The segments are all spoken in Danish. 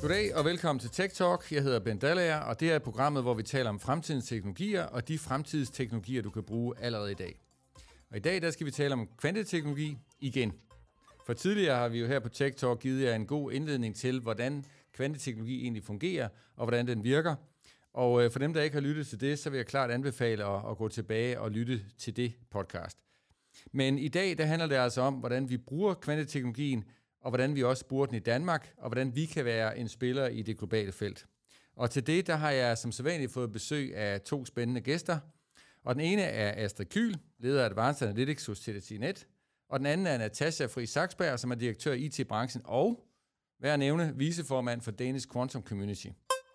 Goddag og velkommen til Tech Talk. Jeg hedder Ben Dallager, og det er programmet, hvor vi taler om fremtidens teknologier og de fremtidsteknologier, du kan bruge allerede i dag. Og i dag der skal vi tale om kvanteteknologi igen. For tidligere har vi jo her på Tech Talk givet jer en god indledning til, hvordan kvanteteknologi egentlig fungerer og hvordan den virker. Og for dem, der ikke har lyttet til det, så vil jeg klart anbefale at gå tilbage og lytte til det podcast. Men i dag der handler det altså om, hvordan vi bruger kvanteteknologien, og hvordan vi også bruger den i Danmark, og hvordan vi kan være en spiller i det globale felt. Og til det, der har jeg som sædvanligt fået besøg af 2 spændende gæster. Og den ene er Astrid Kyhl, leder af Advanced Analytics hos TDC-Net, og den anden er Natasha Friis Saksberg, som er direktør i IT-branchen og, værd at nævne, viceformand for Danish Quantum Community.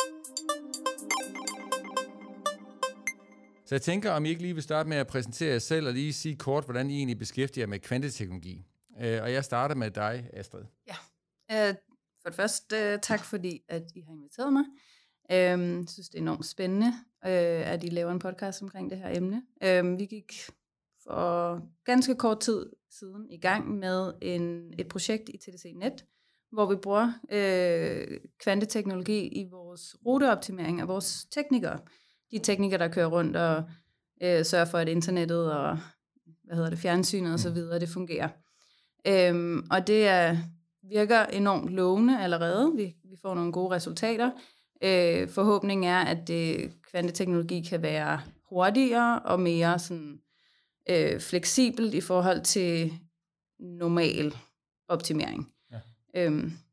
Så jeg tænker, om I ikke lige vil starte med at præsentere jer selv og lige sige kort, hvordan I egentlig beskæftiger jer med kvanteteknologi. Og jeg starter med dig, Astrid. Ja, for det første tak fordi, at I har inviteret mig. Jeg synes, det er enormt spændende, at I laver en podcast omkring det her emne. Vi gik for ganske kort tid siden i gang med et projekt i TDC-Net, hvor vi bruger kvanteteknologi i vores ruteoptimering af vores teknikere. De teknikere, der kører rundt og sørger for, at internettet og fjernsynet og så videre, det fungerer. Og det virker enormt lovende allerede. Vi får nogle gode resultater. Forhåbningen er, at kvanteteknologi kan være hurtigere og mere sådan, fleksibelt i forhold til normal optimering. Ja.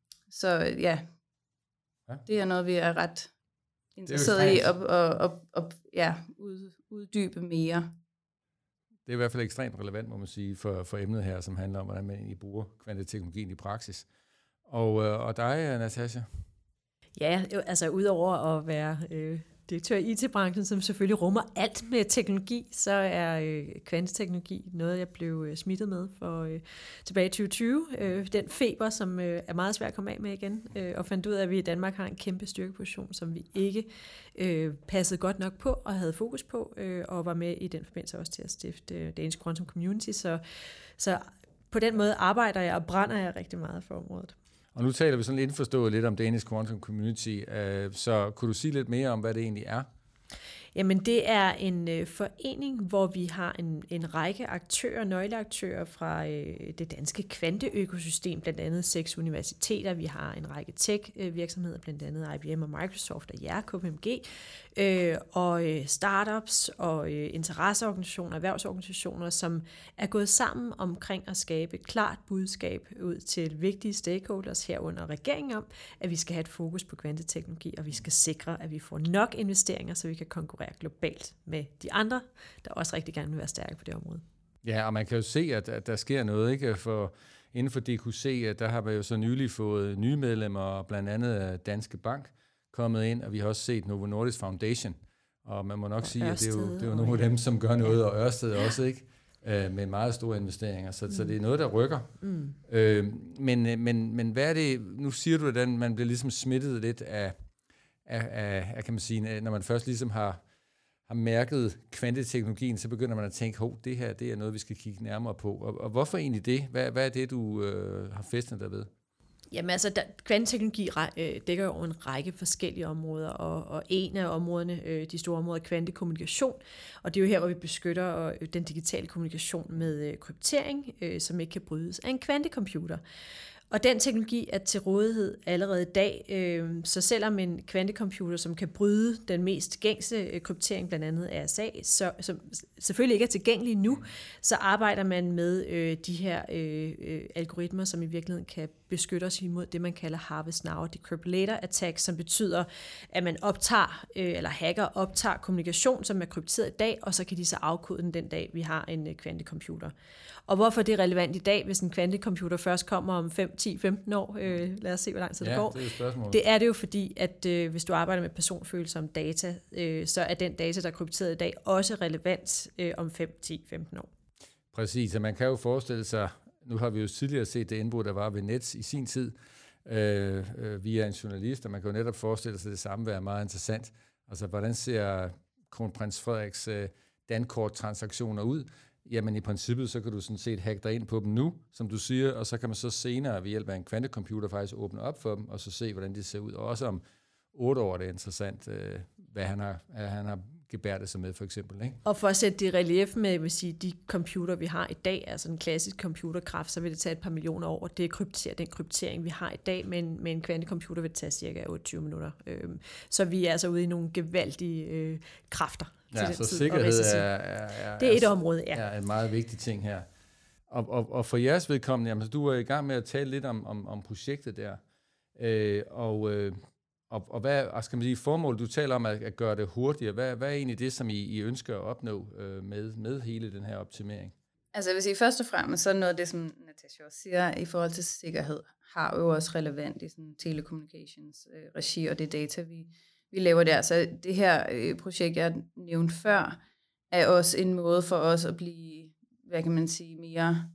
Det er noget, vi er ret interesseret i at uddybe mere. Det er i hvert fald ekstremt relevant, må man sige, for emnet her, som handler om, hvordan man egentlig bruger kvanteteknologien i praksis. Og dig, Natasha? Ja, altså udover at være direktør i IT-branchen, som selvfølgelig rummer alt med teknologi, så er kvanteteknologi noget, jeg blev smittet med for tilbage i 2020. Den feber, som er meget svært at komme af med igen, og fandt ud af, at vi i Danmark har en kæmpe styrkeposition, som vi ikke passede godt nok på og havde fokus på, og var med i den forbindelse også til at stifte Danish Quantum Community. Så på den måde arbejder jeg og brænder jeg rigtig meget for området. Og nu taler vi sådan indforstået lidt om Danish Quantum Community, så kunne du sige lidt mere om, hvad det egentlig er? Jamen det er en forening, hvor vi har en række aktører, nøgleaktører fra det danske kvanteøkosystem, blandt andet 6 universiteter. Vi har en række tech-virksomheder, blandt andet IBM og Microsoft og jer, KPMG, og startups og interesseorganisationer, erhvervsorganisationer, som er gået sammen omkring at skabe et klart budskab ud til vigtige stakeholders herunder regeringen om, at vi skal have et fokus på kvanteteknologi, og vi skal sikre, at vi får nok investeringer, så vi kan konkurrere globalt med de andre, der også rigtig gerne vil være stærke på det område. Ja, og man kan jo se, at der sker noget, ikke? For inden for DQC, der har vi jo så nylig fået nye medlemmer, blandt andet Danske Bank kommet ind, og vi har også set Novo Nordisk Foundation, og man må nok sige, at det er jo nogle af dem, som gør noget, og Ørsted også, ikke? Med meget store investeringer, så det er noget, der rykker. Men hvad er det, nu siger du, at man bliver ligesom smittet lidt af kan man sige, når man først ligesom har mærket kvanteteknologien, så begynder man at tænke, det her det er noget, vi skal kigge nærmere på. Og hvorfor egentlig det? Hvad er det, du har fæstnet dig ved? Jamen altså, kvanteteknologi dækker jo over en række forskellige områder, og en af områderne, de store områder, er kvantekommunikation, og det er jo her, hvor vi beskytter den digitale kommunikation med kryptering, som ikke kan brydes af en kvantekomputer. Og den teknologi er til rådighed allerede i dag, så selvom en kvantecomputer, som kan bryde den mest gængse kryptering, blandt andet RSA, som selvfølgelig ikke er tilgængelig nu, så arbejder man med de her algoritmer, som i virkeligheden kan beskytte os imod det, man kalder Harvest Now Defibrillator Attack, som betyder, at man optager, eller hacker optager kommunikation, som er krypteret i dag, og så kan de så afkode den den dag, vi har en kvantecomputer. Og hvorfor det er relevant i dag, hvis en kvantecomputer først kommer om 5, 10, 15 år? Lad os se, hvor lang tid det går. Det er det jo fordi, at hvis du arbejder med personfølsomme data, så er den data, der er krypteret i dag, også relevant om 5, 10, 15 år. Præcis, og man kan jo forestille sig, nu har vi jo tidligere set det indbrud, der var ved Nets i sin tid, via en journalist, og man kan jo netop forestille sig, at det samme være meget interessant. Altså, hvordan ser kronprins Frederiks dankort-transaktioner ud? jamen i princippet, så kan du sådan set hacke dig ind på dem nu, som du siger, og så kan man så senere ved hjælp af en kvantecomputer faktisk åbne op for dem, og så se, hvordan de ser ud. Og også om 8 år er det interessant, hvad han har gebærdet sig med, for eksempel. Ikke? Og for at sætte det i relief med, vil sige, de computer, vi har i dag, altså en klassisk computerkraft, så vil det tage et par millioner år. Det er den kryptering, vi har i dag, med en kvantecomputer vil det tage cirka 28 minutter. Så vi er altså ude i nogle gevaldige kræfter. Ja, så sikkerhed det er et område, ja. Er en meget vigtig ting her. Og for jeres vedkommende, jamen, så du er i gang med at tale lidt om projektet der. Og hvad skal man sige, formålet, du taler om at gøre det hurtigere, hvad er egentlig det, som I ønsker at opnå med hele den her optimering? Altså jeg vil sige, først og fremmest, så noget af det, som Natasha også siger, i forhold til sikkerhed, har jo også relevant i sådan telecommunications regi, og det data, vi laver der. Så det her projekt, jeg nævnte før, er også en måde for os at blive, hvad kan man sige, mere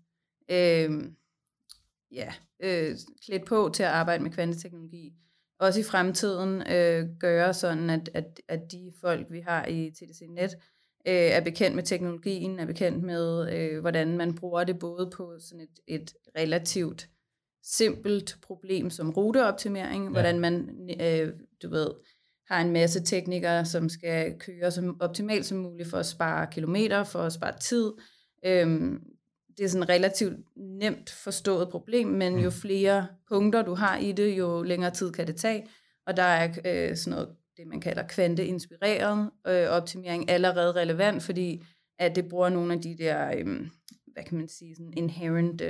klædt på til at arbejde med kvanteteknologi. Også i fremtiden gøre sådan, at de folk, vi har i TDC Net, er bekendt med teknologien, er bekendt med, hvordan man bruger det både på sådan et relativt simpelt problem som ruteoptimering, hvordan man, har en masse teknikere, som skal køre så optimalt som muligt for at spare kilometer, for at spare tid. Det er sådan et relativt nemt forstået problem, men jo flere punkter du har i det, jo længere tid kan det tage. Og der er sådan noget, det man kalder kvanteinspireret optimering allerede relevant, fordi at det bruger nogle af de der, hvad kan man sige, sådan inherent,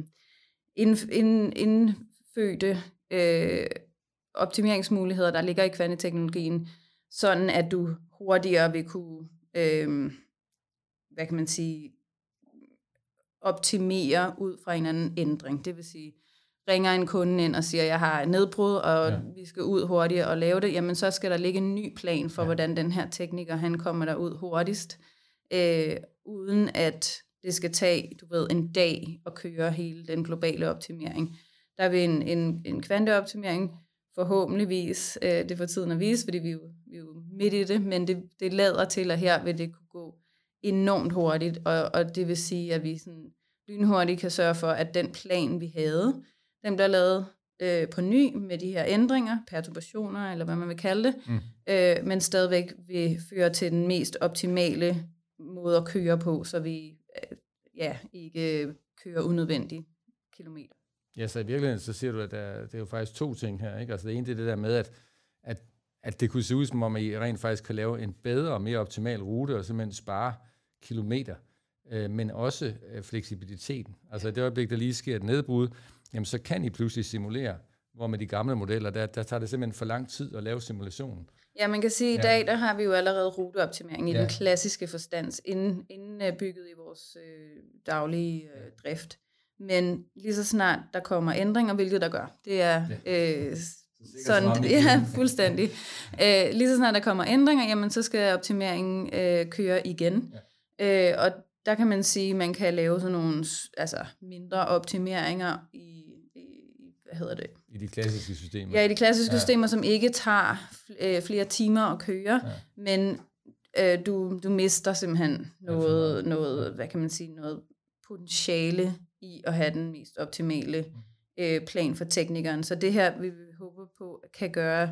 indfødte optimeringsmuligheder, der ligger i kvanteteknologien, sådan at du hurtigere vil kunne, hvad kan man sige, optimere ud fra en anden ændring. Det vil sige, ringer en kunde ind og siger, jeg har nedbrud, og vi skal ud hurtigere og lave det, jamen så skal der ligge en ny plan for, hvordan den her tekniker, han kommer derud hurtigst, uden at det skal tage, en dag at køre hele den globale optimering. Der vil en kvanteoptimering forhåbentligvis, det får tiden at vise, fordi vi er jo midt i det, men det lader til, at her vil det kunne gå enormt hurtigt, og det vil sige, at vi sådan lynhurtigt kan sørge for, at den plan, vi havde, den bliver lavet på ny med de her ændringer, perturbationer, eller hvad man vil kalde det, men stadigvæk vil føre til den mest optimale måde at køre på, så vi ikke kører unødvendige kilometer. Ja, så i virkeligheden, så siger du, at det er jo faktisk 2 ting her, ikke? Altså det ene, det er det der med, at det kunne se ud, som om I rent faktisk kan lave en bedre og mere optimal rute, og simpelthen spare kilometer, men også fleksibiliteten. Altså i det øjeblik, der lige sker et nedbrud, jamen så kan I pludselig simulere, hvor med de gamle modeller, der tager det simpelthen for lang tid at lave simulationen. Ja, man kan sige, at i dag, der har vi jo allerede ruteoptimering i den klassiske forstand, indbygget i vores daglige drift. Men lige så snart der kommer ændringer, hvilket der gør, det er sådan, fuldstændig. Lige så snart der kommer ændringer, jamen så skal optimeringen køre igen. Og der kan man sige, at man kan lave sådan nogle mindre optimeringer i i de klassiske systemer. Ja, i de klassiske systemer, som ikke tager flere timer at køre, men du mister simpelthen noget, hvad kan man sige, noget potentiale i at have den mest optimale plan for teknikeren. Så det her, vi håber på, kan gøre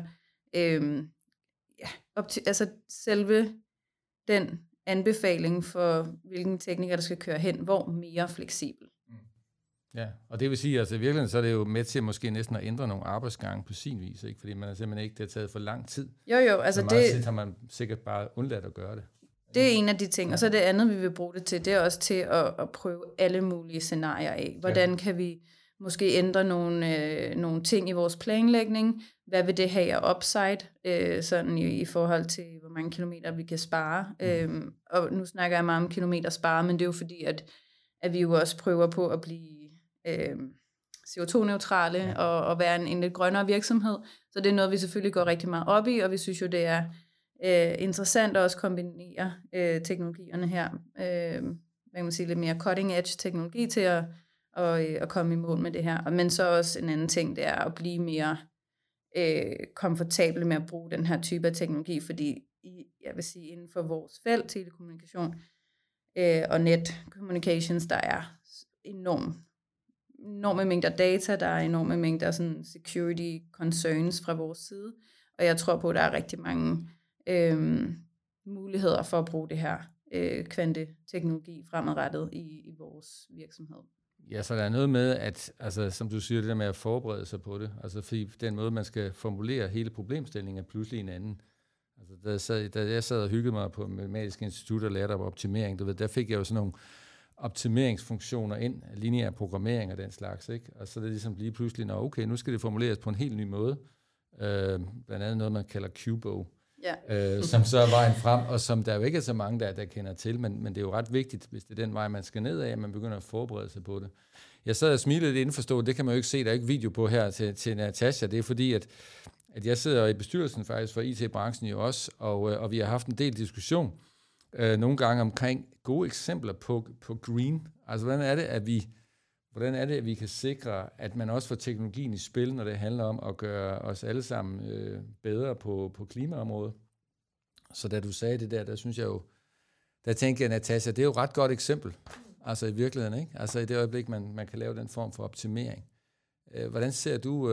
selve den anbefaling for, hvilken tekniker, der skal køre hen, hvor mere fleksibel. Ja, og det vil sige, altså i virkeligheden, så er det jo med til måske næsten at ændre nogle arbejdsgange på sin vis, ikke? Fordi man er simpelthen ikke, det har taget for lang tid. Jo, altså det har man sikkert bare undladt at gøre det. Det er en af de ting, og så det andet, vi vil bruge det til, det er også til at prøve alle mulige scenarier af. Hvordan kan vi måske ændre nogle ting i vores planlægning? Hvad vil det have af upside, sådan i forhold til, hvor mange kilometer vi kan spare? Og nu snakker jeg meget om kilometer spare, men det er jo fordi, at vi jo også prøver på at blive CO2-neutrale og være en lidt grønnere virksomhed. Så det er noget, vi selvfølgelig går rigtig meget op i, og vi synes jo, det er interessant at også kombinere teknologierne her. Hvad kan man sige, lidt mere cutting-edge teknologi til at komme i mål med det her. Men så også en anden ting, det er at blive mere komfortable med at bruge den her type af teknologi, fordi jeg vil sige, inden for vores felt, telekommunikation, og net communications, der er enorme mængder data, der er enorme mængder sådan security concerns fra vores side, og jeg tror på, at der er rigtig mange muligheder for at bruge det her kvanteteknologi fremadrettet i vores virksomhed. Ja, så der er noget med, at, altså, som du siger, det der med at forberede sig på det, altså fordi den måde, man skal formulere hele problemstillingen, er pludselig en anden. Altså, da jeg sad og hyggede mig på Matematisk Institut og lærte om optimering, du ved, der fik jeg jo sådan nogle optimeringsfunktioner ind, lineær programmering og den slags, ikke? Og så er det ligesom lige pludselig, okay, nu skal det formuleres på en helt ny måde. Blandt andet noget, man kalder QBO, som så er vejen frem, og som der jo ikke er så mange, der kender til, men det er jo ret vigtigt, hvis det er den vej, man skal ned af, at man begynder at forberede sig på det. Jeg sad og smilede lidt indforstået, det kan man jo ikke se, der er ikke video på her til Natasha, det er fordi, at jeg sidder i bestyrelsen faktisk for IT-branchen jo også, og vi har haft en del diskussion nogle gange omkring gode eksempler på green. Altså, hvordan er det, at vi kan sikre, at man også får teknologien i spil, når det handler om at gøre os alle sammen bedre på klimaområdet. Så da du sagde det der synes jeg jo, der tænkte jeg, Natasha, det er jo et ret godt eksempel, altså i virkeligheden, ikke? Altså i det øjeblik, man kan lave den form for optimering. Hvordan ser du,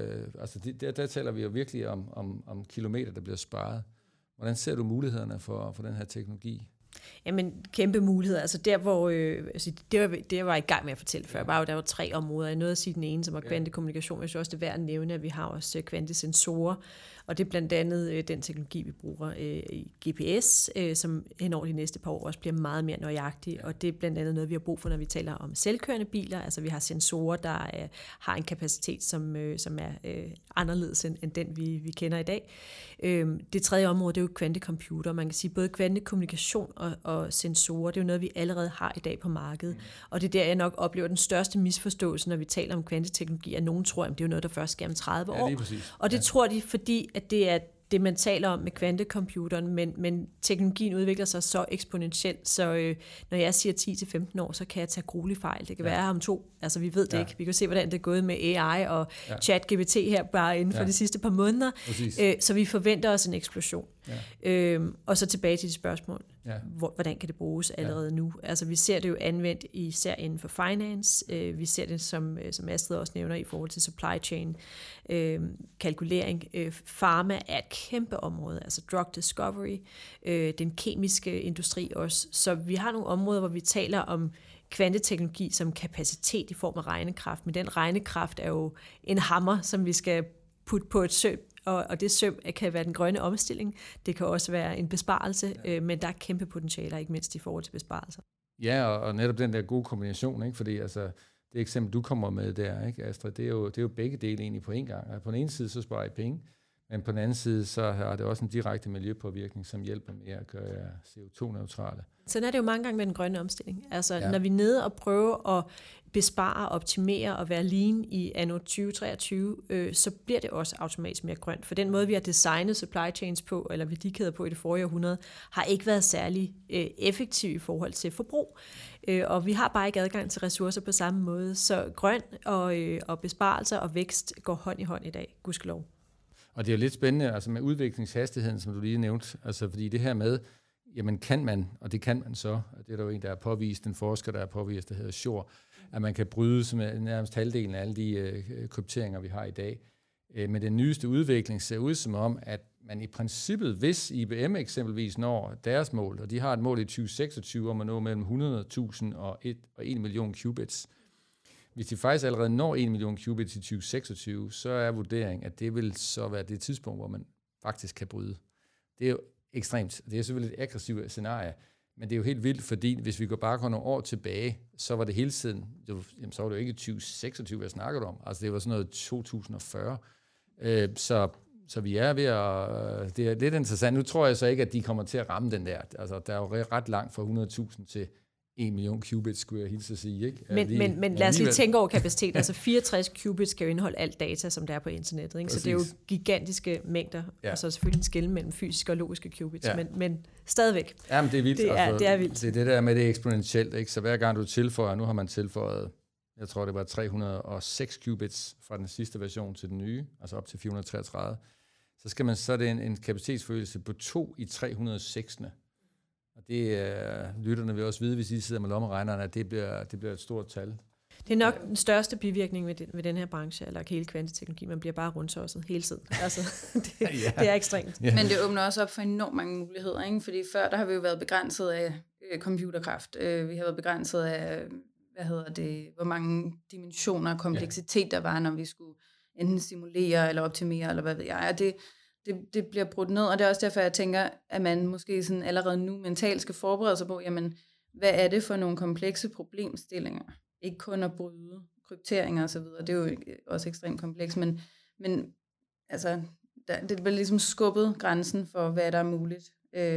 der taler vi jo virkelig om kilometer, der bliver sparet. Hvordan ser du mulighederne for den her teknologi? Jamen, kæmpe muligheder. Altså der, hvor det jeg var i gang med at fortælle før, var jo, der var 3 områder. Jeg nåede at sige den ene, som var kvantekommunikation. Jeg synes også, det er værd at nævne, at vi har også kvantesensorer, og det er blandt andet den teknologi, vi bruger i GPS, som hen over de næste par år også bliver meget mere nøjagtig, og det er blandt andet noget, vi har brug for, når vi taler om selvkørende biler. Altså vi har sensorer, der har en kapacitet, som er anderledes end den, vi kender i dag. Det tredje område, det er jo kvantecomputer. Man kan sige, både kvantekommunikation og sensorer, det er jo noget, vi allerede har i dag på markedet. Og det er der, jeg nok oplever den største misforståelse, når vi taler om kvanteteknologi, at nogen tror, at det er jo noget, der først sker om 30 år. Og det tror de, fordi at det er det, man taler om med kvantecomputeren, men teknologien udvikler sig så eksponentielt, så når jeg siger 10-15 år, så kan jeg tage gruelig fejl. Det kan være om 2. Altså, vi ved det ikke. Vi kan se, hvordan det er gået med AI og ChatGPT her bare inden for de sidste par måneder. Så vi forventer os en eksplosion. Og så tilbage til de spørgsmål. Hvordan kan det bruges allerede nu? Altså, vi ser det jo anvendt især inden for finance. Vi ser det, som Astrid også nævner, i forhold til supply chain, kalkulering. Pharma er et kæmpe område, altså drug discovery, den kemiske industri også. Så vi har nogle områder, hvor vi taler om kvanteteknologi som kapacitet i form af regnekraft, men den regnekraft er jo en hammer, som vi skal putte på et søm, og det søm kan være den grønne omstilling, det kan også være en besparelse, men der er kæmpe potentialer, ikke mindst i forhold til besparelser. Ja, og netop den der gode kombination, ikke? Fordi altså, det eksempel, du kommer med der, ikke, Astrid, det er jo begge dele egentlig på en gang. Altså, på den ene side, så sparer I penge, men på den anden side, så har det også en direkte miljøpåvirkning, som hjælper med at gøre jer CO2-neutrale. Sådan er det jo mange gange med den grønne omstilling. Altså, når vi er nede og prøver at bespare, optimere og være lean i anno 2023, så bliver det også automatisk mere grønt. For den måde, vi har designet supply chains på, eller værdikæder på i det forrige århundrede, har ikke været særlig effektiv i forhold til forbrug. Og vi har bare ikke adgang til ressourcer på samme måde. Så grøn og besparelser og vækst går hånd i hånd i dag, gudskelov. Og det er jo lidt spændende, altså med udviklingshastigheden, som du lige nævnte, altså fordi det her med, jamen kan man, og det kan man så, det er der jo en, der er påvist, en forsker, der er påvist, der hedder Shore, at man kan bryde som nærmest halvdelen af alle de krypteringer, vi har i dag. Men den nyeste udvikling ser ud som om, at man i princippet, hvis IBM eksempelvis når deres mål, og de har et mål i 2026 om at nå mellem 100.000 og 1 million qubits. Hvis de faktisk allerede når 1 million qubits i 2026, så er vurderingen, at det vil så være det tidspunkt, hvor man faktisk kan bryde. Det er jo ekstremt. Det er selvfølgelig et aggressivt scenarie, men det er jo helt vildt, fordi hvis vi bare går nogle år tilbage, så var det hele tiden, så var det jo ikke 2026, jeg snakkede om. Altså det var sådan noget 2040. Så vi er ved at... Det er lidt interessant. Nu tror jeg så ikke, at de kommer til at ramme den der. Altså der er jo ret langt fra 100.000 til 1 million qubits, skulle jeg hilse at sige. Ikke? Men lad os lige tænke over kapacitet. Altså 64 qubits kan jo indeholde alt data, som der er på internettet. Ikke? Så det er jo gigantiske mængder, og så selvfølgelig en skel mellem fysiske og logiske qubits, men stadigvæk. Jamen det er vildt. Det er vildt. Det er det der med det eksponentielt. Ikke? Så hver gang du tilføjer, nu har man tilføjet, jeg tror det var 306 qubits fra den sidste version til den nye, altså op til 433, så er det en kapacitetsforøgelse på 2 i 306. Og det lytterne vil også vide, hvis I sidder med lommeregneren, at det bliver et stort tal. Det er nok den største bivirkning ved den her branche, eller hele kvanteteknologi. Man bliver bare rundsosset hele tiden. Altså, det er ekstremt. Ja. Men det åbner også op for enormt mange muligheder, ikke? Fordi før, der har vi jo været begrænset af computerkraft. Vi har været begrænset af, hvor mange dimensioner og kompleksitet der var, når vi skulle enten simulere eller optimere, eller hvad ved jeg. Og det bliver brudt ned, og det er også derfor, jeg tænker, at man måske sådan allerede nu mentalt skal forberede sig på, jamen, hvad er det for nogle komplekse problemstillinger? Ikke kun at bryde krypteringer og så videre, det er jo også ekstremt komplekst, men altså, det bliver ligesom skubbet grænsen for, hvad der er muligt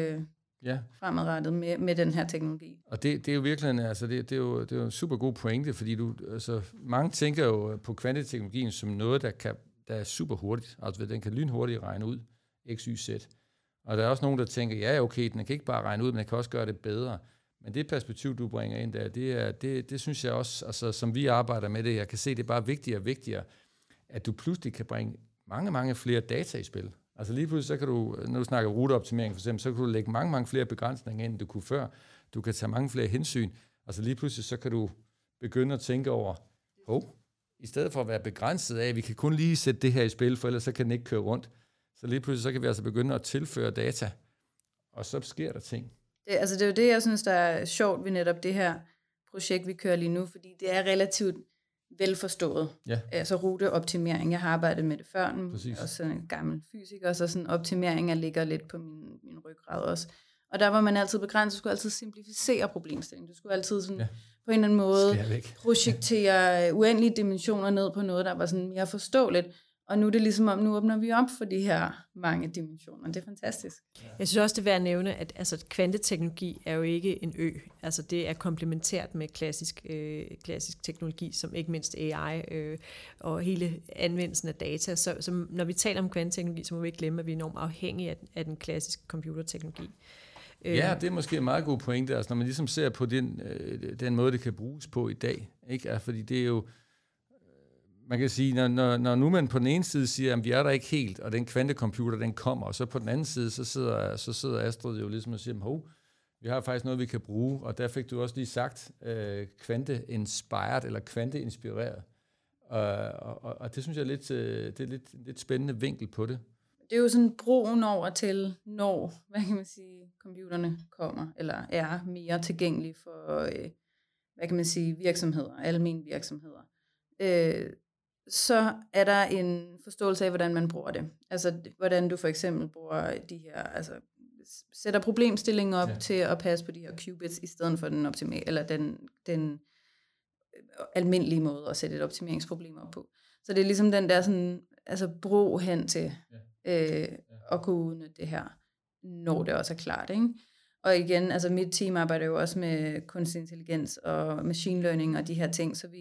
fremadrettet med den her teknologi. Og det er jo virkelig, altså det er jo en super god pointe, fordi mange tænker jo på kvanteteknologien som noget, der er super hurtigt, altså den kan lynhurtigt regne ud, x, y, z. Og der er også nogen, der tænker, ja okay, den kan ikke bare regne ud, men den kan også gøre det bedre. Men det perspektiv, du bringer ind der, det synes jeg også, altså som vi arbejder med det, jeg kan se, det er bare vigtigere og vigtigere, at du pludselig kan bringe mange, mange flere data i spil. Altså lige pludselig, så kan du, når du snakker ruteoptimering for eksempel, så kan du lægge mange, mange flere begrænsninger ind, end du kunne før. Du kan tage mange flere hensyn. Altså lige pludselig, så kan du begynde at tænke over, i stedet for at være begrænset af, at vi kan kun lige sætte det her i spil, for ellers så kan den ikke køre rundt. Så lige pludselig, så kan vi altså begynde at tilføre data, og så sker der ting. Det er jo det, jeg synes, der er sjovt ved netop det her projekt, vi kører lige nu, fordi det er relativt velforstået. Ja. Altså ruteoptimering. Jeg har arbejdet med det før, og sådan en gammel fysiker, så sådan optimeringer ligger lidt på min ryggrad også. Og der var man altid begrænset, du skulle altid simplificere problemstillingen. Du skulle altid sådan, på en eller anden måde projektere uendelige dimensioner ned på noget, der var sådan mere forståeligt. Og nu er det ligesom om, nu åbner vi op for de her mange dimensioner. Det er fantastisk. Jeg synes også, det er værd at nævne, at altså, kvanteteknologi er jo ikke en ø. Altså, det er komplementært med klassisk teknologi, som ikke mindst AI og hele anvendelsen af data. Så når vi taler om kvanteteknologi, så må vi ikke glemme, at vi er enormt afhængige af den klassiske computerteknologi. Ja, det er måske en meget god pointe, altså, når man ligesom ser på den måde, det kan bruges på i dag. Ikke? Fordi det er jo, man kan sige, når nu man på den ene side siger, at vi er der ikke helt, og den kvantecomputer, den kommer, og så på den anden side, så sidder Astrid jo ligesom og siger, vi har faktisk noget, vi kan bruge, og der fik du også lige sagt, kvante-inspired, eller kvante-inspireret. Og det synes jeg det er lidt spændende vinkel på det. Det er jo sådan broen over til, når, hvad kan man sige, computerne kommer, eller er mere tilgængelige for, hvad kan man sige, virksomheder, almene virksomheder. Så er der en forståelse af, hvordan man bruger det. Altså, hvordan du for eksempel bruger de her, altså, sætter problemstillingen op til at passe på de her qubits, i stedet for den optimale, eller den almindelige måde at sætte et optimeringsproblem op på. Så det er ligesom den der sådan, altså bro hen til at kunne udnytte det her, når det også er klart, ikke? Og igen, altså mit team arbejder jo også med kunstig intelligens og machine learning og de her ting, så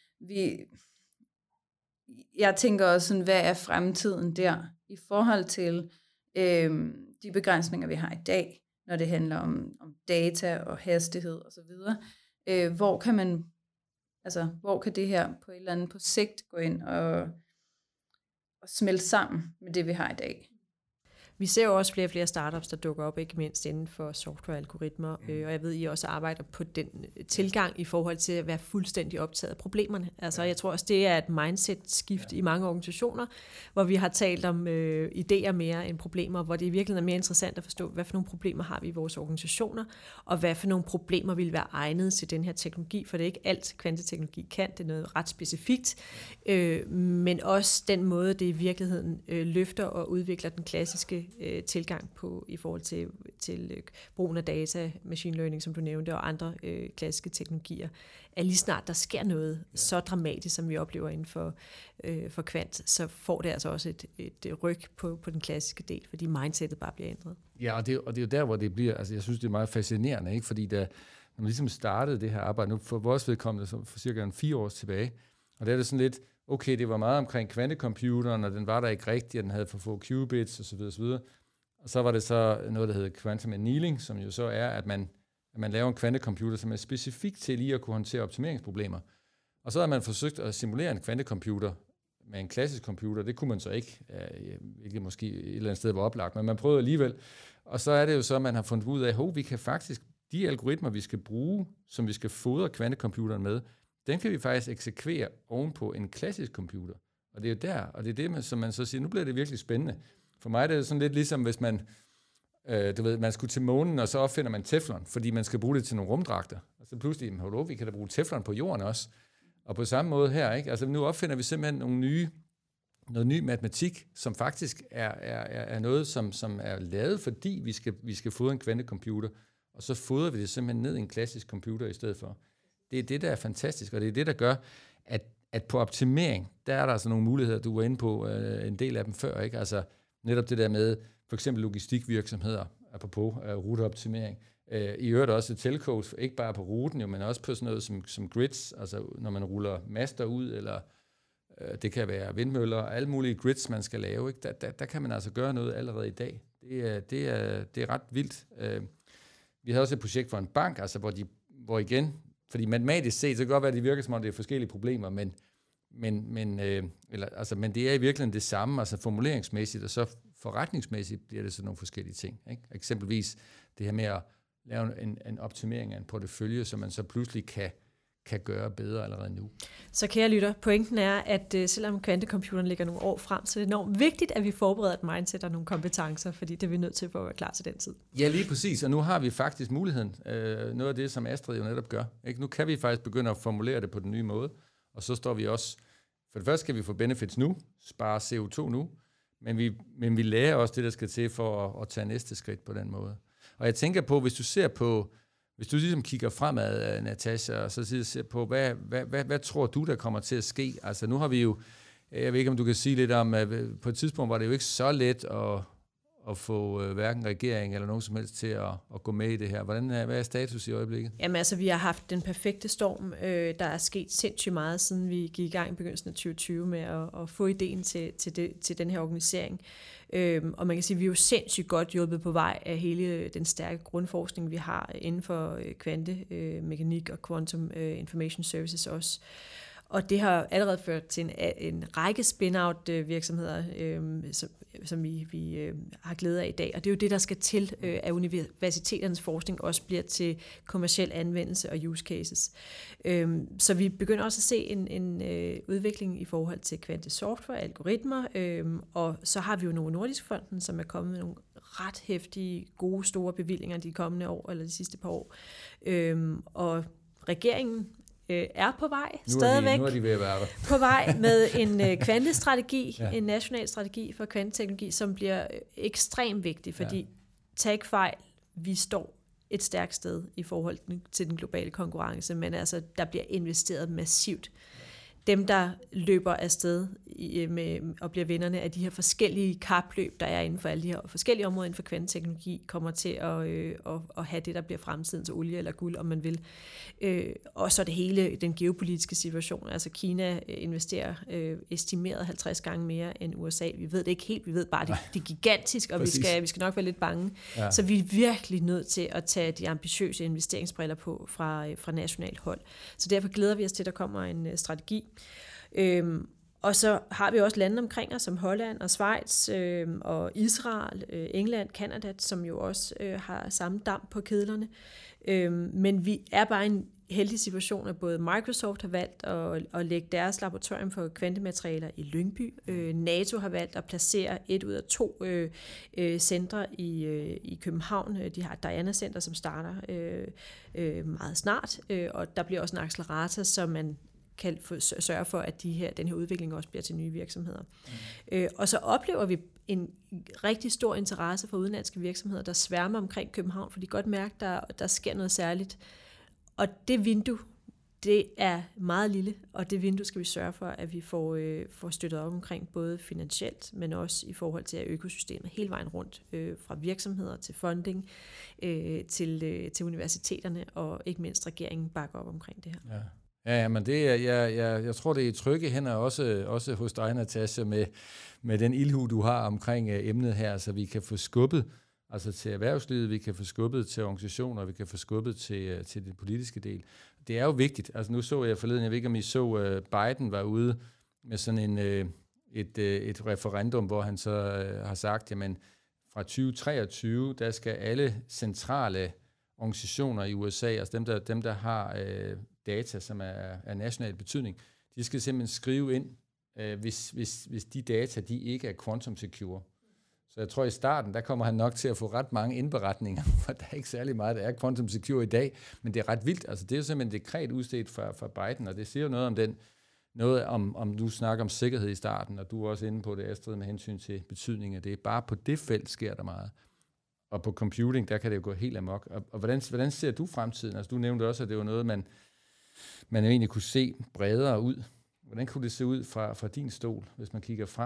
jeg tænker også sådan, hvad er fremtiden der i forhold til de begrænsninger, vi har i dag, når det handler om data og hastighed og så videre. Hvor kan det her på et eller andet på sigt gå ind og smelte sammen med det, vi har i dag? Vi ser jo også flere og flere startups, der dukker op, ikke mindst inden for softwarealgoritmer, og jeg ved, I også arbejder på den tilgang i forhold til at være fuldstændig optaget af problemerne. Altså, jeg tror også, det er et mindset-skift i mange organisationer, hvor vi har talt om idéer mere end problemer, hvor det i virkeligheden er mere interessant at forstå, hvad for nogle problemer har vi i vores organisationer, og hvad for nogle problemer vil være egnet til den her teknologi, for det er ikke alt, kvanteteknologi kan, det er noget ret specifikt, men også den måde, det i virkeligheden løfter og udvikler den klassiske tilgang på i forhold til brugen af data, machine learning, som du nævnte, og andre klassiske teknologier, at lige snart der sker noget så dramatisk, som vi oplever inden for kvant, så får det altså også et ryg på den klassiske del, fordi mindsetet bare bliver ændret. Ja, og det er jo der, hvor det bliver, altså jeg synes, det er meget fascinerende, ikke? Fordi når man ligesom startede det her arbejde, nu for vores vedkommende for cirka 4 år tilbage, og der er det sådan lidt, okay, det var meget omkring kvantecomputeren, og den var der ikke rigtig, og den havde for få qubits osv. Og så var det så noget, der hedder quantum annealing, som jo så er, at man laver en kvantecomputer, som er specifik til lige at kunne håndtere optimeringsproblemer. Og så har man forsøgt at simulere en kvantecomputer med en klassisk computer. Det kunne man så ikke, hvilket måske et eller andet sted var oplagt, men man prøvede alligevel. Og så er det jo så, at man har fundet ud af, at vi kan faktisk, de algoritmer, vi skal bruge, som vi skal fodre kvantecomputeren med, den kan vi faktisk eksekvere ovenpå en klassisk computer. Og det er jo der, og det er det, som man så siger, nu bliver det virkelig spændende. For mig det er det sådan lidt ligesom, hvis man, man skulle til månen, og så opfinder man teflon, fordi man skal bruge det til nogle rumdragter. Og så pludselig, vi kan da bruge teflon på jorden også. Og på samme måde her, ikke? Altså nu opfinder vi simpelthen noget ny matematik, som faktisk er noget, som er lavet, fordi vi skal fodre en kvantecomputer, og så fodrer vi det simpelthen ned i en klassisk computer i stedet for. Det er det, der er fantastisk, og det er det, der gør, at på optimering, der er der altså nogle muligheder, du var inde på en del af dem før, ikke? Altså netop det der med, for eksempel logistikvirksomheder, apropos ruteoptimering, i øvrigt også telcos, ikke bare på ruten, jo, men også på sådan noget som grids, altså når man ruller master ud, eller det kan være vindmøller, alle mulige grids, man skal lave, ikke? Der kan man altså gøre noget allerede i dag. Det er ret vildt. Vi havde også et projekt for en bank, altså hvor igen, fordi matematisk set, så kan det godt være, at det virker som om, det er forskellige problemer, men det er i virkeligheden det samme, altså formuleringsmæssigt, og så forretningsmæssigt bliver det sådan nogle forskellige ting. Ikke? Eksempelvis det her med at lave en optimering af en portefølje, som man så pludselig kan gøre bedre allerede nu. Så kære lytter, pointen er, at selvom kvantecomputeren ligger nogle år frem, så er det enormt vigtigt, at vi forbereder et mindset og nogle kompetencer, fordi det er vi nødt til for at være klar til den tid. Ja, lige præcis, og nu har vi faktisk muligheden. Noget af det, som Astrid jo netop gør. Ikke? Nu kan vi faktisk begynde at formulere det på den nye måde, og så står vi også, for det første skal vi få benefits nu, spare CO2 nu, men vi lærer også det, der skal til for at tage næste skridt på den måde. Og jeg tænker på, hvis du ligesom kigger fremad, Natasha, og så ser på, hvad tror du, der kommer til at ske? Altså nu har vi jo, jeg ved ikke, om du kan sige lidt om, at på et tidspunkt var det jo ikke så let at få hverken regering eller nogen som helst til at gå med i det her. Hvad er status i øjeblikket? Jamen altså, vi har haft den perfekte storm. Der er sket sindssygt meget, siden vi gik i gang i begyndelsen af 2020 med at få ideen til den her organisering. Og man kan sige, at vi er jo sindssygt godt hjulpet på vej af hele den stærke grundforskning, vi har inden for kvantemekanik og quantum information services også. Og det har allerede ført til en række spin-out virksomheder, som vi har glæde af i dag. Og det er jo det, der skal til, at universiteternes forskning også bliver til kommerciel anvendelse og use cases. Så vi begynder også at se en udvikling i forhold til kvantesoftware, algoritmer, og så har vi jo Novo Nordisk Fonden, som er kommet med nogle ret heftige, gode, store bevillinger de kommende år, eller de sidste par år. Og regeringen er på vej, stadigvæk nu er de ved at være der. På vej med en kvantestrategi, en national strategi for kvanteteknologi, som bliver ekstremt vigtig, fordi tag ikke fejl, vi står et stærkt sted i forhold til den globale konkurrence, men altså, der bliver investeret massivt. Dem, der løber afsted og bliver vinderne af de her forskellige kapløb, der er inden for alle de her forskellige områder inden for kvanteteknologi, kommer til at have det, der bliver fremtidens olie eller guld, om man vil. Og så det hele, den geopolitiske situation. Altså Kina investerer estimeret 50 gange mere end USA. Vi ved det ikke helt, vi ved bare, det er gigantisk, og vi skal nok være lidt bange. Ja. Så vi er virkelig nødt til at tage de ambitiøse investeringsbriller på fra nationalt hold. Så derfor glæder vi os til, at der kommer en strategi. Og så har vi også lande omkring os, som Holland og Schweiz og Israel, England, Canada, som jo også har samme damp på kedlerne. Men vi er bare i en heldig situation, at både Microsoft har valgt at lægge deres laboratorium for kvantematerialer i Lyngby. NATO har valgt at placere 1 ud af 2 centre i København. De har et Diana-center, som starter meget snart, og der bliver også en accelerator, som man kan sørge for, at den her udvikling også bliver til nye virksomheder. Og så oplever vi en rigtig stor interesse for udenlandske virksomheder, der sværmer omkring København, for de kan godt mærke, at der sker noget særligt. Og det vindue, det er meget lille, og det vindue skal vi sørge for, at vi får støttet op omkring, både finansielt, men også i forhold til økosystemet hele vejen rundt, fra virksomheder til funding, til universiteterne, og ikke mindst regeringen bakker op omkring det her. Ja. Ja, men jeg tror, det er trygge hænder også hos dig, Natasha, med den ildhu, du har omkring emnet her, så vi kan få skubbet altså til erhvervslivet, vi kan få skubbet til organisationer, vi kan få skubbet til den politiske del. Det er jo vigtigt. Altså nu så jeg forleden, jeg ved ikke, om I så, Biden var ude med sådan et referendum, hvor han så har sagt, jamen fra 2023, der skal alle centrale organisationer i USA, altså dem der har data, som er national betydning, de skal simpelthen skrive ind, hvis de data, de ikke er quantum secure. Så jeg tror i starten, der kommer han nok til at få ret mange indberetninger, for der er ikke særlig meget, der er quantum secure i dag, men det er ret vildt. Altså det er jo simpelthen et dekret udstedt fra Biden, og det siger jo noget om du snakker om sikkerhed i starten, og du er også inde på det, Astrid, med hensyn til betydningen af det. Bare på det felt sker der meget. Og på computing, der kan det jo gå helt amok. Og hvordan ser du fremtiden? Altså du nævnte også, at det var noget, man egentlig kunne se bredere ud. Hvordan kunne det se ud fra din stol, hvis man kigger frem?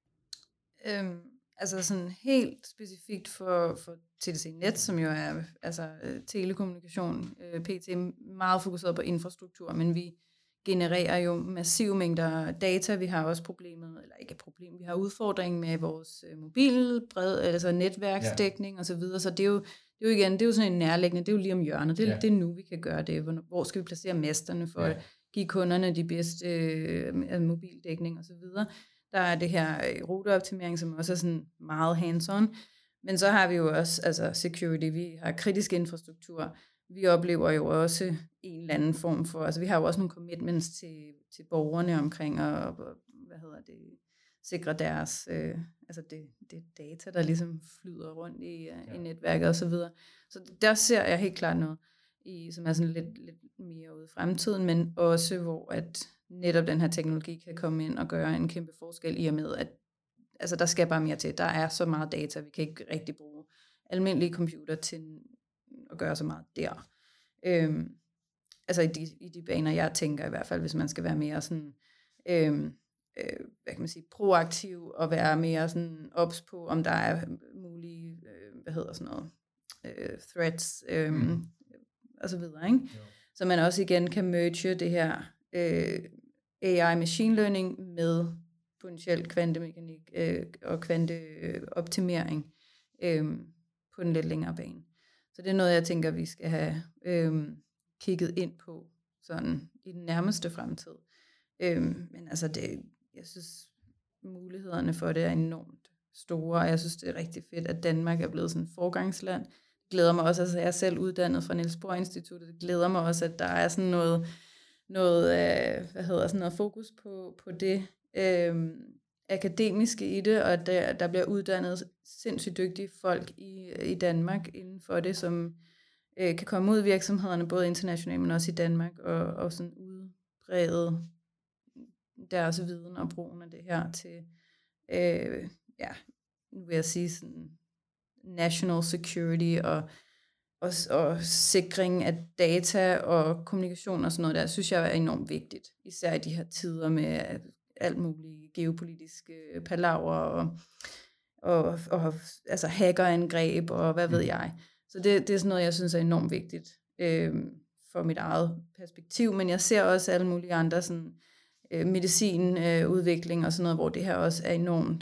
Altså sådan helt specifikt for TDC Net, som jo er telekommunikation, PT meget fokuseret på infrastruktur, men vi genererer jo massive mængder data. Vi har også vi har udfordring med vores netværksdækning og så videre. Så det er jo sådan en nærliggende, det er jo lige om hjørnet. Det er nu, vi kan gøre det. Hvor skal vi placere masterne for at give kunderne de bedste mobildækning og så videre. Der er det her ruteoptimering, som også er sådan meget hands-on. Men så har vi jo også security, vi har kritisk infrastruktur. Vi oplever jo også en eller anden form for, altså vi har jo også nogle commitments til borgerne omkring at sikre deres, det data, der ligesom flyder rundt i netværket og så videre. Så der ser jeg helt klart noget, som er sådan lidt mere ude i fremtiden, men også hvor at netop den her teknologi kan komme ind og gøre en kæmpe forskel i og med, at altså, der skal bare mere til. Der er så meget data, vi kan ikke rigtig bruge almindelige computer til at gøre så meget der. I de baner, jeg tænker i hvert fald, hvis man skal være mere sådan, proaktiv og være mere sådan ops på, om der er mulige, threats, og så videre, ikke? Jo. Så man også igen kan merge det her AI machine learning med potentielt kvantemekanik og kvanteoptimering på en lidt længere bane. Så det er noget, jeg tænker, vi skal have kigget ind på sådan i den nærmeste fremtid. Men altså jeg synes, mulighederne for det er enormt store, og jeg synes, det er rigtig fedt, at Danmark er blevet sådan et forgangsland. Det glæder mig også, jeg er selv uddannet fra Niels Bohr Instituttet, det glæder mig også, at der er sådan noget fokus på det akademiske i det, og at der bliver uddannet sindssygt dygtige folk i Danmark inden for det, som kan komme ud i virksomhederne, både internationalt, men også i Danmark, og sådan udbrede deres viden og brugen af det her til, nu vil jeg sige sådan national security og sikring af data og kommunikation og sådan noget der, synes jeg er enormt vigtigt, især i de her tider med alt muligt geopolitiske palaver og hackerangreb og hvad ved jeg. Så det er sådan noget, jeg synes er enormt vigtigt for mit eget perspektiv, men jeg ser også alle mulige andre sådan medicinudvikling og sådan noget, hvor det her også er enormt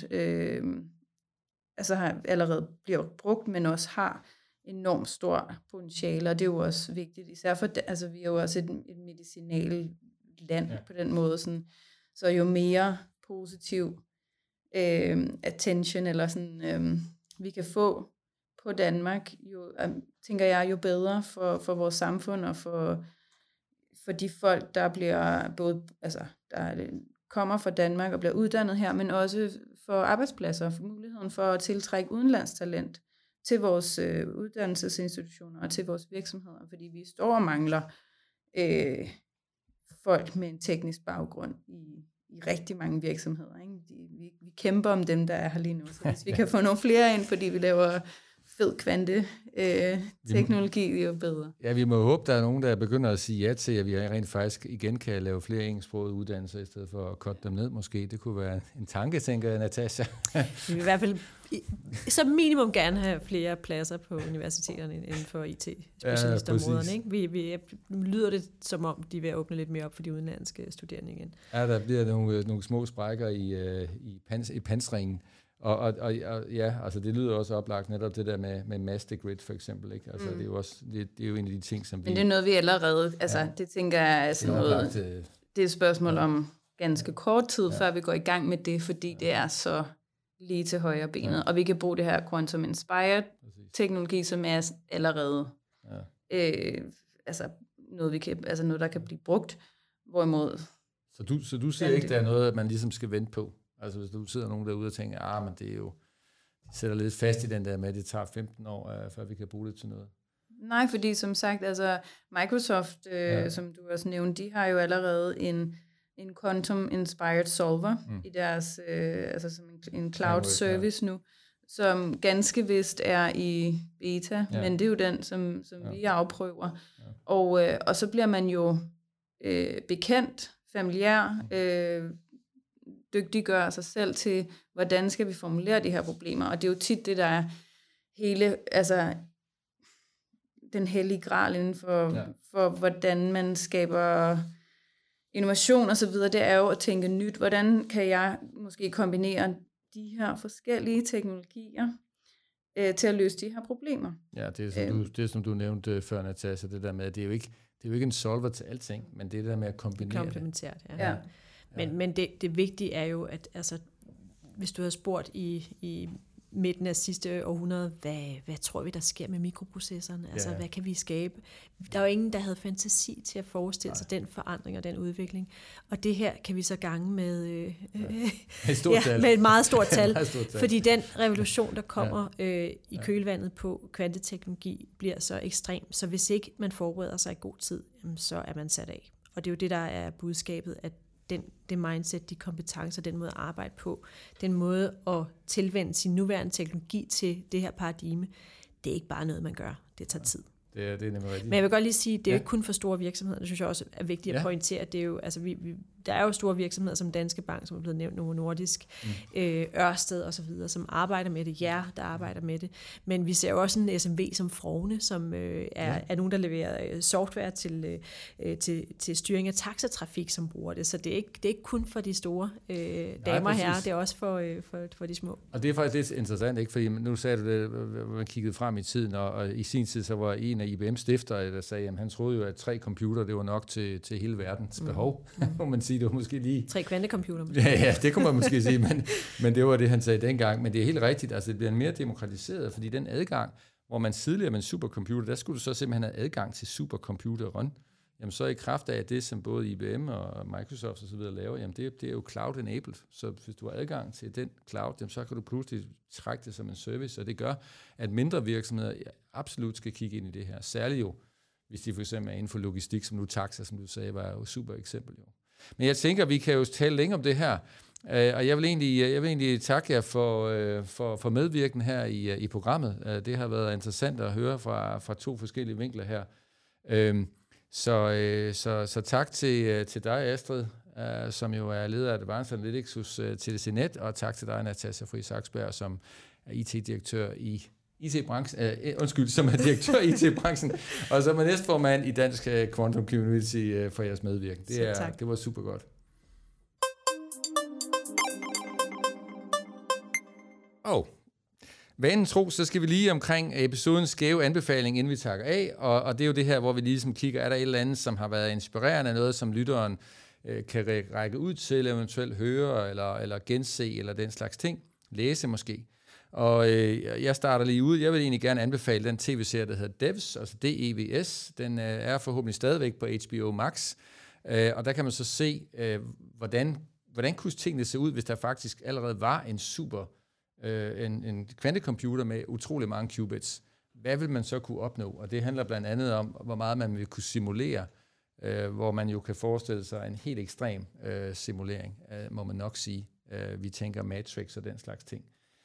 allerede bliver brugt, men også har enormt stor potentiale, og det er jo også vigtigt, især for, vi er jo også et medicinalt land på den måde, sådan, så jo mere positiv attention, eller sådan, vi kan få på Danmark, jo, tænker jeg, jo bedre for vores samfund, og for de folk, der bliver både, der kommer fra Danmark og bliver uddannet her, men også for arbejdspladser, for muligheden for at tiltrække udenlandstalent til vores uddannelsesinstitutioner og til vores virksomheder, fordi vi står og mangler folk med en teknisk baggrund i rigtig mange virksomheder. Ikke? Vi kæmper om dem, der er her lige nu, så hvis vi kan få nogle flere ind, fordi vi laver fed kvante-teknologi, jo bedre. Ja, vi må håbe, der er nogen, der begynder at sige ja til, at vi rent faktisk igen kan lave flere engelsksprogede uddannelser, i stedet for at korte dem ned måske. Det kunne være en tanke, tænker jeg, Natasha. Vi vil i hvert fald som minimum gerne have flere pladser på universiteterne inden for IT-specialistområderne. Ikke? Nu lyder det, som om de vil åbne lidt mere op for de udenlandske studerende igen. Ja, der bliver nogle små sprækker i pansringen. Og ja, altså det lyder også oplagt netop det der med Mastergrid for eksempel, ikke? Altså det er jo også det er jo en af de ting, som vi. Men det er noget vi allerede, det tænker jeg er sådan noget. Det er et spørgsmål om ganske kort tid, før vi går i gang med det, fordi det er så lige til højre benet. Og vi kan bruge det her Quantum Inspired teknologi, som er allerede noget, der kan blive brugt. Hvorimod... Så du ser ikke, der er noget, man ligesom skal vente på? Altså hvis du sidder nogen derude og tænker, men det er jo... sætter lidt fast i den der med, at det tager 15 år, før vi kan bruge det til noget. Nej, fordi som sagt, altså Microsoft, som du også nævnte, de har jo allerede en Quantum Inspired Solver i deres, som en cloud service nu, som ganske vist er i beta, men det er jo den, som vi afprøver. Og så bliver man jo bekendt, familiær, dygtiggør sig selv til, hvordan skal vi formulere de her problemer. Og det er jo tit det, der er hele, altså den hellige gral inden for hvordan man skaber innovation og så videre, det er jo at tænke nyt. Hvordan kan jeg måske kombinere de her forskellige teknologier til at løse de her problemer? Ja, det er som du nævnte før, Natasha, det der med, at det er jo ikke en solver til alting, men det er det der med at kombinere komplementært, ja. Men det vigtige er jo, at altså, hvis du havde spurgt i midten af sidste århundrede, hvad tror vi, der sker med mikroprocessoren? Altså, hvad kan vi skabe? Der var ingen, der havde fantasi til at forestille sig den forandring og den udvikling. Og det her kan vi så gange med, med et meget stort tal. Fordi den revolution, der kommer i kølvandet på kvanteteknologi, bliver så ekstrem. Så hvis ikke man forbereder sig i god tid, så er man sat af. Og det er jo det, der er budskabet, at det mindset, de kompetencer, den måde at arbejde på, den måde at tilvende sin nuværende teknologi til det her paradigme, det er ikke bare noget, man gør. Det tager tid. Det er nemlig rigtigt. Men jeg vil godt lige sige, det er jo ikke kun for store virksomheder. Det synes jeg også er vigtigt at pointere. Det er jo, altså der er jo store virksomheder som Danske Bank, som er blevet nævnt, Novo Nordisk, Ørsted og så videre, som arbejder med det. Der arbejder med det. Men vi ser jo også en SMV som Frogne, som er nogen, der leverer software til styring af taxatrafik, som bruger det. Så det er ikke kun for de store damer og herrer, det er også for de små. Og det er faktisk lidt interessant, ikke? Fordi nu sagde du det, man kiggede frem i tiden, og i sin tid så var en af IBM stiftere, der sagde, at han troede jo, at 3 computer, det var nok til hele verdens behov. Må man sige, det var måske lige... 3 kvantecomputer. Ja, det kunne man måske sige, men det var det, han sagde dengang. Men det er helt rigtigt, altså det bliver mere demokratiseret, fordi den adgang, hvor man tidligere med en supercomputer, der skulle du så simpelthen have adgang til supercomputer-run. Jamen så i kraft af det, som både IBM og Microsoft og så videre laver, jamen det er jo cloud-enabled. Så hvis du har adgang til den cloud, jamen så kan du pludselig trække det som en service, og det gør, at mindre virksomheder absolut skal kigge ind i det her. Særligt jo, hvis de for eksempel er inden for logistik, som nu taxa, som du sagde, var jo et super eksempel. Jo. Men jeg tænker, vi kan jo tale længe om det her, og jeg vil egentlig takke jer for medvirken her i programmet. Det har været interessant at høre fra 2 forskellige vinkler her. Så tak til dig, Astrid, som jo er leder af Advanced Analytics hos TDC-Net, og tak til dig, Natasha Friis Saksberg, som er IT-direktør i IT-branchen, som er direktør i IT-branchen, og som er næstformand i Dansk Quantum Community for jeres medvirken. Det var super godt. Vanen tro, så skal vi lige omkring episodens skæve anbefaling, inden vi takker af, og det er jo det her, hvor vi ligesom kigger, er der et eller andet, som har været inspirerende, noget som lytteren kan række ud til, eventuelt høre, eller gense, eller den slags ting, læse måske. Og jeg starter lige ud. Jeg vil egentlig gerne anbefale den tv-serie, der hedder Devs, altså DEVS. Den er forhåbentlig stadigvæk på HBO Max. Og der kan man så se, hvordan kunne tingene se ud, hvis der faktisk allerede var en en kvantecomputer med utrolig mange qubits. Hvad vil man så kunne opnå? Og det handler blandt andet om, hvor meget man vil kunne simulere, hvor man jo kan forestille sig en helt ekstrem simulering, må man nok sige. Vi tænker Matrix og den slags ting.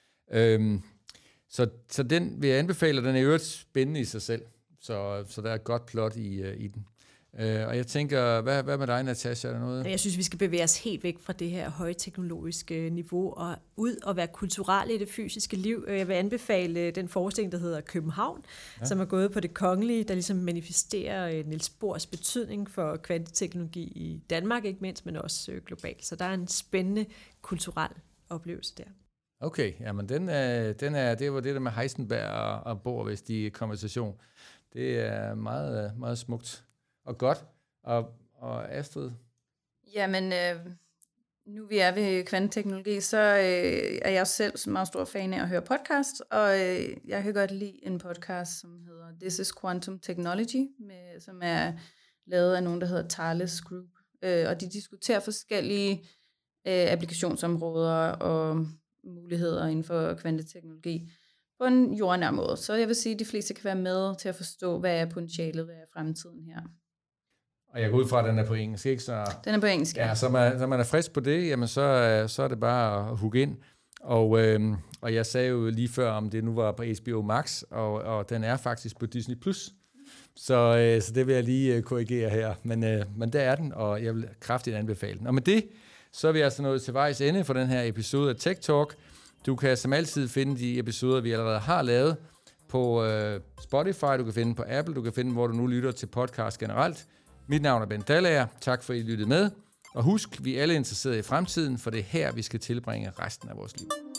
Så den vil jeg anbefale, den er jo spændende i sig selv, så der er et godt plot i den. Og jeg tænker, hvad med dig, Natasha? Er der noget? Jeg synes, vi skal bevæge os helt væk fra det her højteknologiske niveau og ud og være kulturelle i det fysiske liv. Jeg vil anbefale den forestilling, der hedder København, som er gået på Det Kongelige, der ligesom manifesterer Niels Bohrs betydning for kvanteteknologi i Danmark, ikke mindst, men også globalt. Så der er en spændende kulturel oplevelse der. Okay, jamen det var det der med Heisenberg og Bohr, hvis de konversation. Det er meget, meget smukt og godt. Og Astrid? Jamen, nu vi er ved kvanteteknologi, så er jeg selv meget stor fan af at høre podcast, og jeg kan godt lide en podcast, som hedder This is Quantum Technology, som er lavet af nogen, der hedder Thales Group, og de diskuterer forskellige applikationsområder og muligheder inden for kvanteteknologi på en jordnær måde. Så jeg vil sige, at de fleste kan være med til at forstå, hvad er potentialet, hvad er fremtiden her. Og jeg går ud fra, at den er på engelsk, ikke? Så, den er på engelsk, ja. Så man er frisk på det, jamen så er det bare at hugge ind. Og jeg sagde jo lige før, om det nu var på HBO Max, og den er faktisk på Disney+. Så det vil jeg lige korrigere her. Men der er den, og jeg vil kraftigt anbefale den. Og med det, så er vi altså nået til vejs ende for den her episode af Tech Talk. Du kan som altid finde de episoder, vi allerede har lavet på Spotify, du kan finde på Apple, du kan finde, hvor du nu lytter til podcast generelt. Mit navn er Bent Dallager. Tak for, at I lyttede med. Og husk, vi er alle interesserede i fremtiden, for det er her, vi skal tilbringe resten af vores liv.